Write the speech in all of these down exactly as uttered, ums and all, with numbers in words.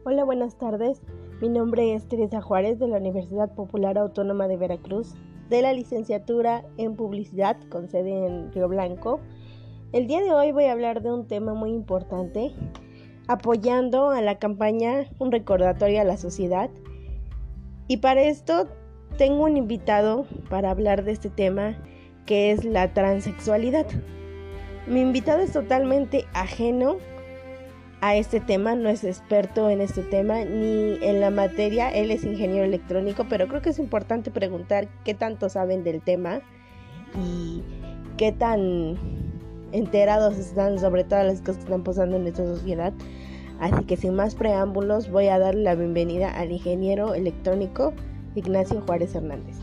Hola, buenas tardes. Mi nombre es Teresa Juárez de la Universidad Popular Autónoma de Veracruz, de la licenciatura en Publicidad con sede en Río Blanco. El día de hoy voy a hablar de un tema muy importante, apoyando a la campaña Un recordatorio a la sociedad. Y para esto tengo un invitado para hablar de este tema, que es la transexualidad. Mi invitado es totalmente ajeno a este tema, no es experto en este tema ni en la materia, él es ingeniero electrónico, pero creo que es importante preguntar qué tanto saben del tema y qué tan enterados están sobre todas las cosas que están pasando en nuestra sociedad. Así que sin más preámbulos voy a darle la bienvenida al ingeniero electrónico Ignacio Juárez Hernández.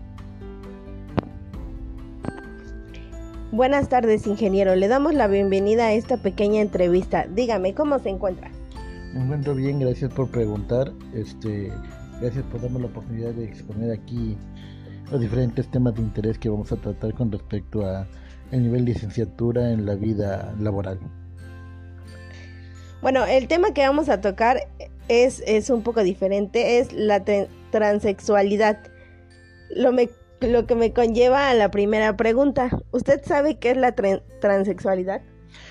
Buenas tardes, ingeniero. Le damos la bienvenida a esta pequeña entrevista. Dígame, ¿cómo se encuentra? Me encuentro bien, gracias por preguntar. Este, gracias por darme la oportunidad de exponer aquí los diferentes temas de interés que vamos a tratar con respecto a el nivel de licenciatura en la vida laboral. Bueno, el tema que vamos a tocar es, es un poco diferente, es la te- transexualidad. Lo me Lo que me conlleva a la primera pregunta. ¿Usted sabe qué es la tra- transexualidad?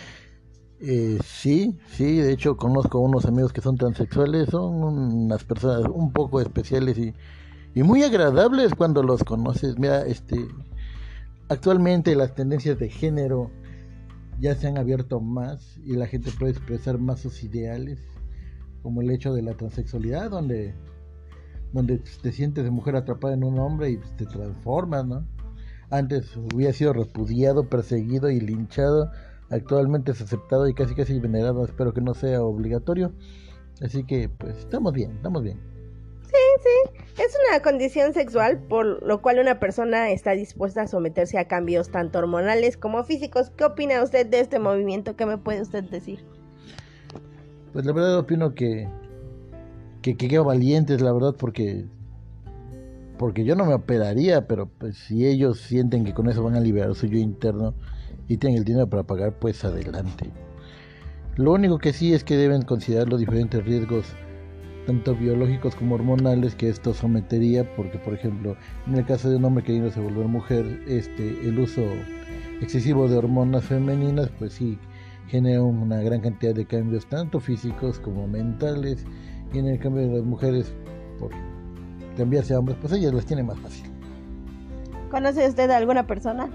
Eh, sí, sí, de hecho conozco unos amigos que son transexuales, son unas personas un poco especiales y, y muy agradables cuando los conoces. Mira, este, actualmente las tendencias de género ya se han abierto más y la gente puede expresar más sus ideales, como el hecho de la transexualidad, donde donde te sientes de mujer atrapada en un hombre y te transformas, ¿no? Antes hubiera sido repudiado, perseguido y linchado, actualmente es aceptado y casi casi venerado. Espero que no sea obligatorio, así que pues estamos bien, estamos bien. Sí, sí, es una condición sexual por lo cual una persona está dispuesta a someterse a cambios tanto hormonales como físicos. ¿Qué opina usted de este movimiento? ¿Qué me puede usted decir? Pues la verdad opino que que que quedo valientes, la verdad, porque porque yo no me operaría, pero pues si ellos sienten que con eso van a liberar su yo interno y tienen el dinero para pagar, pues adelante. Lo único que sí es que deben considerar los diferentes riesgos, tanto biológicos como hormonales, que esto sometería, porque por ejemplo, en el caso de un hombre queriéndose volver mujer, este, el uso excesivo de hormonas femeninas, pues sí genera una gran cantidad de cambios, tanto físicos como mentales. Y en el cambio de las mujeres, por cambiarse a hombres, pues ellas las tienen más fácil. ¿Conoce usted a alguna persona?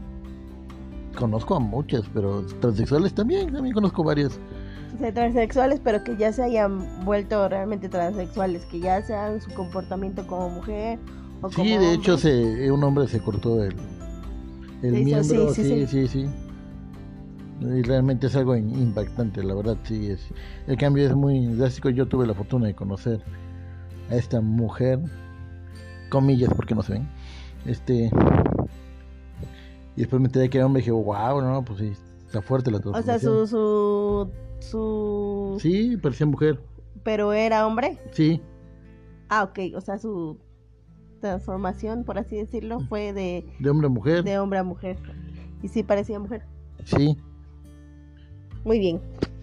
Conozco a muchas, pero transexuales también, también conozco varias. O sea, transexuales, pero que ya se hayan vuelto realmente transexuales, que ya sean su comportamiento como mujer o Sí, como de hombre. hecho se, un hombre se cortó el, el Se hizo, miembro, sí, sí, sí, sí. sí, sí. Y realmente es algo impactante, la verdad, sí es. El cambio es muy drástico. Yo tuve la fortuna de conocer a esta mujer, comillas porque no se ven, este, y después me enteré que era hombre y dije, wow, no, pues sí, está fuerte la O transformación. sea, su, su, su... Sí, parecía mujer. ¿Pero era hombre? Sí. Ah, ok, o sea, su transformación, por así decirlo, fue de... De hombre a mujer. De hombre a mujer. Y sí parecía mujer. Sí. Muy bien.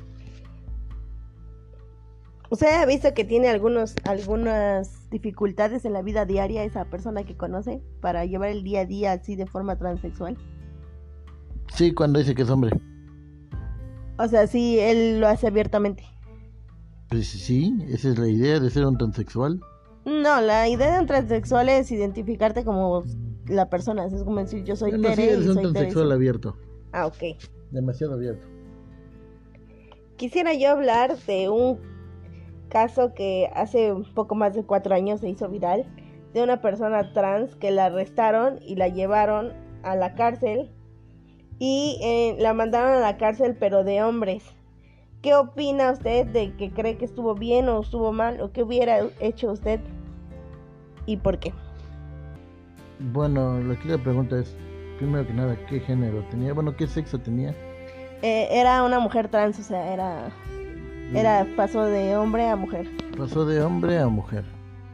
¿Usted ha visto que tiene algunos, algunas dificultades en la vida diaria esa persona que conoce para llevar el día a día así de forma transexual? Sí, cuando dice que es hombre. O sea, sí, él lo hace abiertamente. Pues sí, esa es la idea de ser un transexual. No, la idea de un transexual es identificarte como la persona. Es como decir, yo soy Bueno, Tere sí, eres y un soy transexual Tere. abierto. Ah, ok. Demasiado abierto. Quisiera yo hablar de un caso que hace un poco más de cuatro años se hizo viral, de una persona trans que la arrestaron y la llevaron a la cárcel y eh, la mandaron a la cárcel pero de hombres. ¿Qué opina usted de que cree que estuvo bien o estuvo mal o qué hubiera hecho usted y por qué? Bueno, la que la pregunta es, primero que nada, ¿qué género tenía? Bueno, ¿qué sexo tenía? Eh, era una mujer trans, o sea, era, era pasó de hombre a mujer. Pasó de hombre a mujer.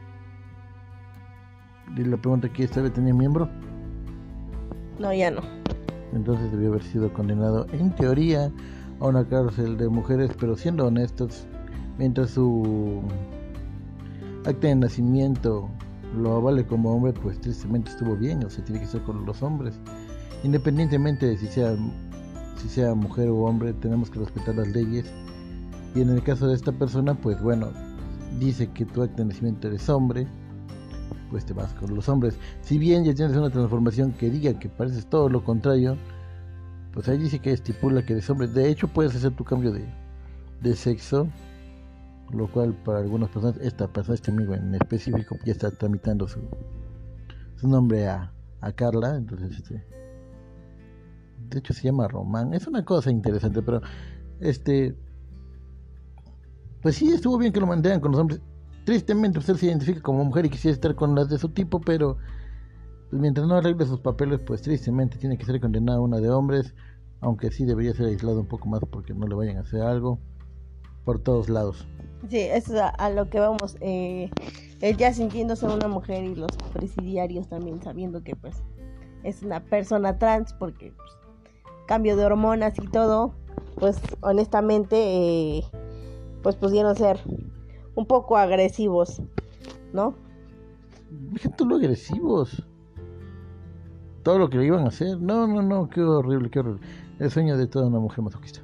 Y la pregunta que ¿sabe tenía miembro? No, ya no. Entonces debió haber sido condenado en teoría a una cárcel de mujeres, pero siendo honestos, mientras su acta de nacimiento lo avale como hombre, pues tristemente estuvo bien, o sea, tiene que ser con los hombres, independientemente de si sea si sea mujer o hombre, tenemos que respetar las leyes. Y en el caso de esta persona, pues bueno, dice que tu acta de nacimiento eres hombre, pues te vas con los hombres. Si bien ya tienes una transformación que diga que pareces todo lo contrario, pues ahí dice que estipula que eres hombre. De hecho, puedes hacer tu cambio de, de sexo, lo cual para algunas personas, esta persona, este amigo en específico, ya está tramitando su, su nombre a, a Carla. Entonces, este, de hecho se llama Román. Es una cosa interesante, pero este, pues sí, estuvo bien que lo mantengan con los hombres. Tristemente usted se identifica como mujer y quisiera estar con las de su tipo, pero pues, mientras no arregle sus papeles, pues tristemente tiene que ser condenada una de hombres, aunque sí debería ser aislado un poco más porque no le vayan a hacer algo por todos lados. Sí, eso es a, a lo que vamos, eh, él ya sintiéndose una mujer y los presidiarios también sabiendo que pues es una persona trans porque pues, cambio de hormonas y todo, pues honestamente eh, pues pudieron ser un poco agresivos, ¿no? Fíjate lo agresivos. Todo lo que le iban a hacer. No, no, no, qué horrible, qué horrible. El sueño de toda una mujer masoquista.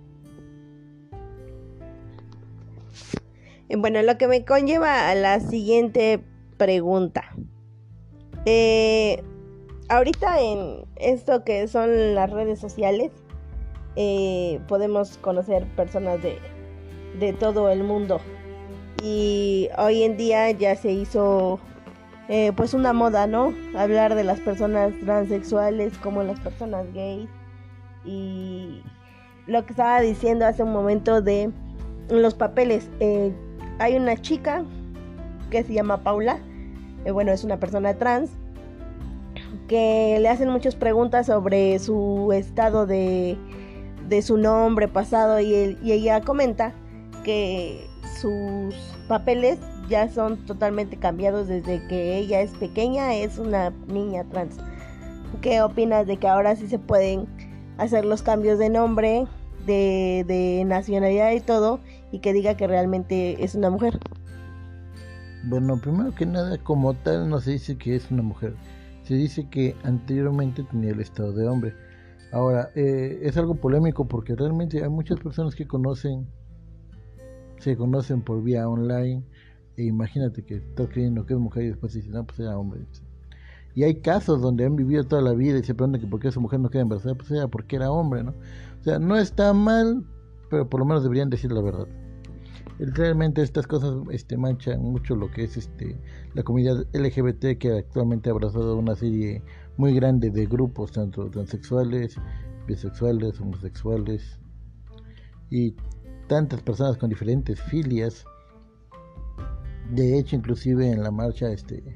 Bueno, lo que me conlleva a la siguiente pregunta. Eh, ahorita en esto que son las redes sociales, eh, podemos conocer personas de, de todo el mundo. Y hoy en día ya se hizo eh, pues una moda, ¿no? Hablar de las personas transexuales como las personas gays. Y lo que estaba diciendo hace un momento de los papeles. Eh, hay una chica que se llama Paula. Eh, bueno, es una persona trans que le hacen muchas preguntas sobre su estado de, de su nombre pasado y, él, y ella comenta que sus papeles ya son totalmente cambiados desde que ella es pequeña, es una niña trans. ¿Qué opinas de que ahora sí se pueden hacer los cambios de nombre, de, de nacionalidad y todo, y que diga que realmente es una mujer? Bueno, primero que nada, como tal no se dice que es una mujer, se dice que anteriormente tenía el estado de hombre. Ahora, eh, es algo polémico porque realmente hay muchas personas que conocen se conocen por vía online, e imagínate que estás creyendo que es mujer y después dicen, no, pues era hombre. Y hay casos donde han vivido toda la vida y se preguntan que por qué esa mujer no queda embarazada, pues era porque era hombre, ¿no? O sea, no está mal, pero por lo menos deberían decir la verdad. Realmente estas cosas este, manchan mucho lo que es este la comunidad L G B T, que actualmente ha abrazado una serie muy grande de grupos, tanto transexuales, bisexuales, homosexuales y tantas personas con diferentes filias. De hecho, inclusive en la marcha este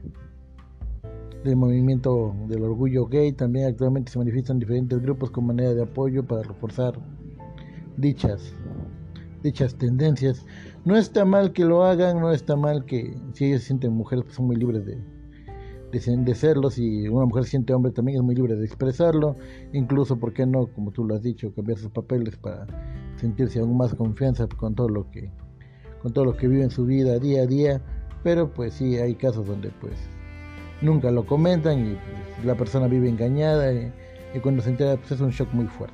del movimiento del orgullo gay también actualmente se manifiestan diferentes grupos con manera de apoyo para reforzar dichas dichas tendencias. No está mal que lo hagan, no está mal que si ellos se sienten mujeres pues son muy libres de de, de serlo. Si una mujer se siente hombre también es muy libre de expresarlo, incluso, ¿por qué no?, como tú lo has dicho, cambiar sus papeles para sentirse aún más confianza con todo lo que con todo lo que vive en su vida día a día. Pero pues sí, hay casos donde pues nunca lo comentan y pues, la persona vive engañada y, y cuando se entera pues es un shock muy fuerte.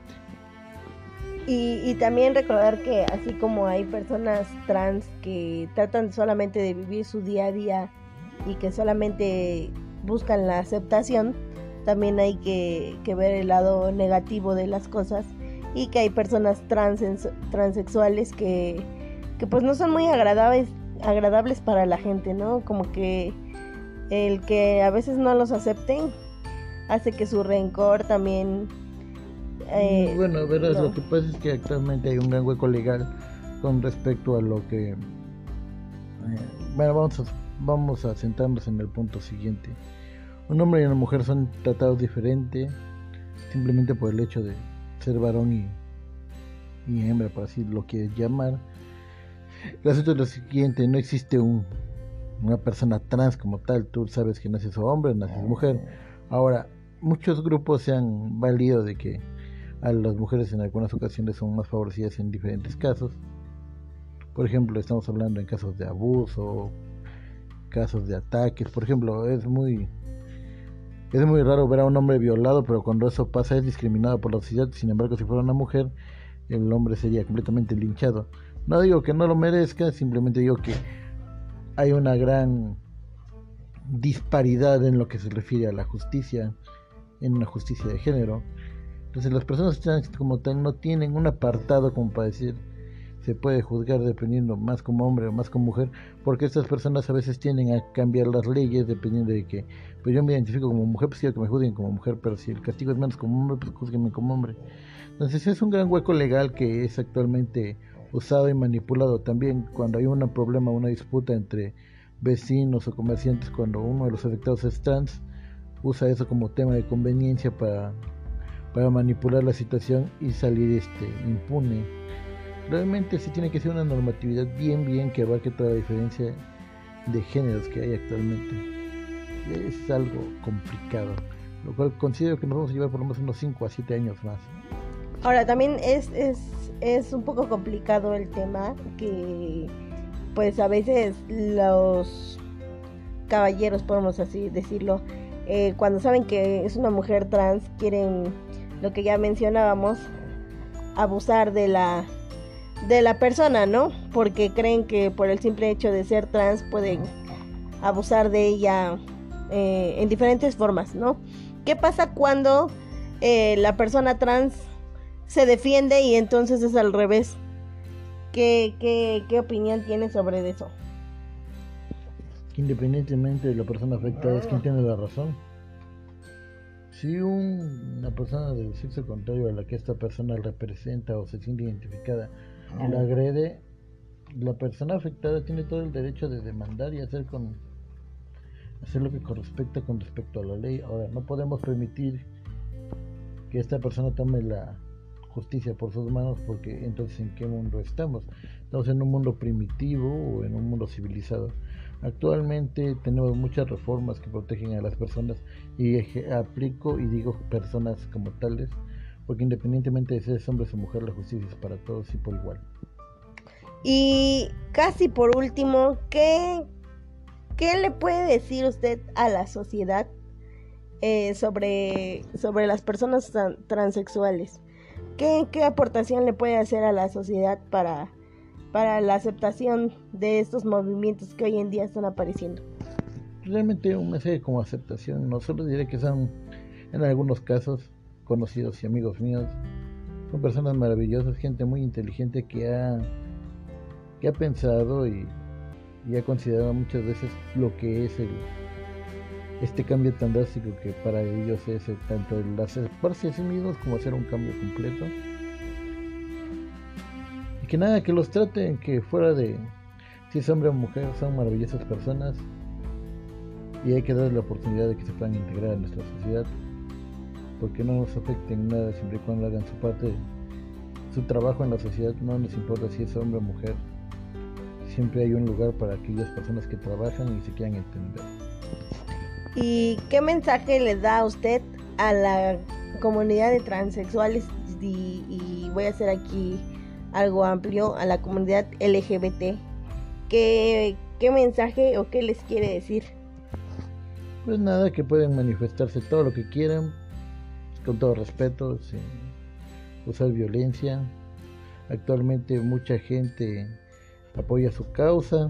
Y, y también recordar que así como hay personas trans que tratan solamente de vivir su día a día y que solamente buscan la aceptación, también hay que, que ver el lado negativo de las cosas, y que hay personas trans, transexuales que, que pues no son muy agradables, agradables para la gente, ¿no? Como que el que a veces no los acepten hace que su rencor también... Eh, bueno, verás, no. Lo que pasa es que actualmente hay un gran hueco legal con respecto a lo que... Eh, bueno, vamos a, vamos a centrarnos en el punto siguiente. Un hombre y una mujer son tratados diferente simplemente por el hecho de ser varón y, y hembra, por así lo quieres llamar. El asunto es lo siguiente: no existe un, una persona trans como tal. Tú sabes que naces hombre, naces mujer. Ahora, muchos grupos se han valido de que a las mujeres en algunas ocasiones son más favorecidas en diferentes casos, Por ejemplo, estamos hablando en casos de abuso, casos de ataques. Por ejemplo, es muy es muy raro ver a un hombre violado, pero cuando eso pasa es discriminado por la sociedad. Sin embargo, si fuera una mujer, el hombre sería completamente linchado. No digo que no lo merezca, simplemente digo que hay una gran disparidad en lo que se refiere a la justicia, en una justicia de género. Entonces las personas trans como tal no tienen un apartado como para decir se puede juzgar dependiendo más como hombre o más como mujer, porque estas personas a veces tienden a cambiar las leyes dependiendo de que, pues yo me identifico como mujer, pues quiero que me juzguen como mujer, pero si el castigo es menos como hombre, pues juzguenme como hombre. Entonces es un gran hueco legal que es actualmente usado y manipulado también cuando hay un problema, una disputa entre vecinos o comerciantes, cuando uno de los afectados es trans, usa eso como tema de conveniencia para, para manipular la situación y salir este impune. Realmente sí tiene que ser una normatividad bien bien que abarque toda la diferencia de géneros que hay actualmente. Es algo complicado, lo cual considero que nos vamos a llevar por lo menos unos cinco a siete años más. Ahora también es, es, es un poco complicado el tema que pues a veces los caballeros, podemos así decirlo, eh, cuando saben que es una mujer trans, quieren, lo que ya mencionábamos, abusar de la de la persona, ¿no? Porque creen que por el simple hecho de ser trans pueden abusar de ella eh, en diferentes formas, ¿no? ¿Qué pasa cuando eh, la persona trans se defiende y entonces es al revés? ¿Qué, qué, qué opinión tienes sobre eso? Independientemente de la persona afectada, es quien tiene la razón. Si un, una persona del sexo contrario a la que esta persona representa o se siente identificada la agrede, la persona afectada tiene todo el derecho de demandar y hacer con hacer lo que corresponde con respecto a la ley. Ahora, no podemos permitir que esta persona tome la justicia por sus manos, porque entonces ¿en qué mundo estamos? ¿Estamos en un mundo primitivo o en un mundo civilizado? Actualmente tenemos muchas reformas que protegen a las personas, y aplico y digo personas como tales, porque independientemente de si es hombre o mujer, la justicia es para todos y por igual. Y casi por último, ¿qué, qué le puede decir usted a la sociedad eh, sobre, sobre las personas tran- transexuales? ¿Qué, ¿Qué aportación le puede hacer a la sociedad para, para la aceptación de estos movimientos que hoy en día están apareciendo? Realmente un mensaje como aceptación, no solo diré que son en algunos casos conocidos y amigos míos, son personas maravillosas, gente muy inteligente que ha, que ha pensado y, y ha considerado muchas veces lo que es el, este cambio tan drástico que para ellos es el, tanto el aceptarse a sí mismos como hacer un cambio completo. Y que nada, que los traten, que fuera de si es hombre o mujer, son maravillosas personas y hay que darles la oportunidad de que se puedan integrar en nuestra sociedad, porque no nos afecten nada siempre y cuando hagan su parte, su trabajo en la sociedad. No nos importa si es hombre o mujer, siempre hay un lugar para aquellas personas que trabajan y se quieran entender. ¿Y qué mensaje le da a usted a la comunidad de transexuales? Y, y voy a hacer aquí algo amplio, a la comunidad L G B T. ¿Qué, qué mensaje o qué les quiere decir? Pues nada, que pueden manifestarse todo lo que quieran, con todo respeto, sin usar violencia. Actualmente mucha gente apoya su causa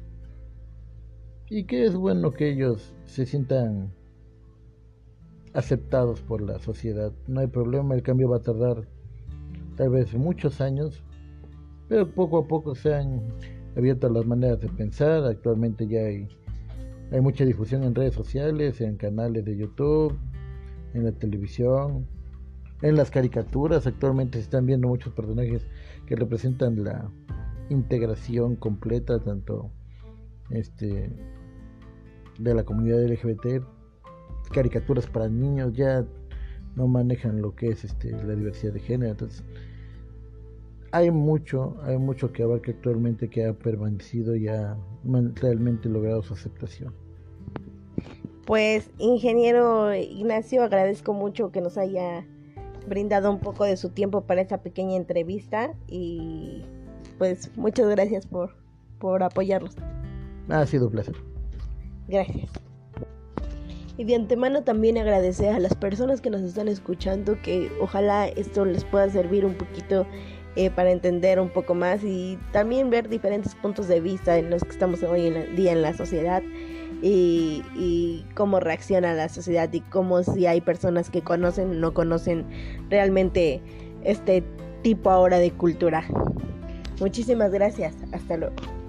y que es bueno que ellos se sientan aceptados por la sociedad. No hay problema, el cambio va a tardar tal vez muchos años, pero poco a poco se han abierto las maneras de pensar. Actualmente ya hay, hay mucha difusión en redes sociales, en canales de YouTube, en la televisión, en las caricaturas. Actualmente se están viendo muchos personajes que representan la integración completa, tanto este de la comunidad L G B T. Caricaturas para niños ya no manejan lo que es este la diversidad de género. Entonces hay mucho hay mucho que abarca actualmente, que ha permanecido y ha realmente logrado su aceptación. Pues ingeniero Ignacio, agradezco mucho que nos haya brindado un poco de su tiempo para esta pequeña entrevista y pues muchas gracias por, por apoyarnos. Ha sido un placer. Gracias. Y de antemano también agradecer a las personas que nos están escuchando, que ojalá esto les pueda servir un poquito eh, para entender un poco más y también ver diferentes puntos de vista en los que estamos hoy en día en la sociedad y, y cómo reacciona la sociedad y cómo si hay personas que conocen o no conocen realmente este tipo ahora de cultura. Muchísimas gracias. Hasta luego.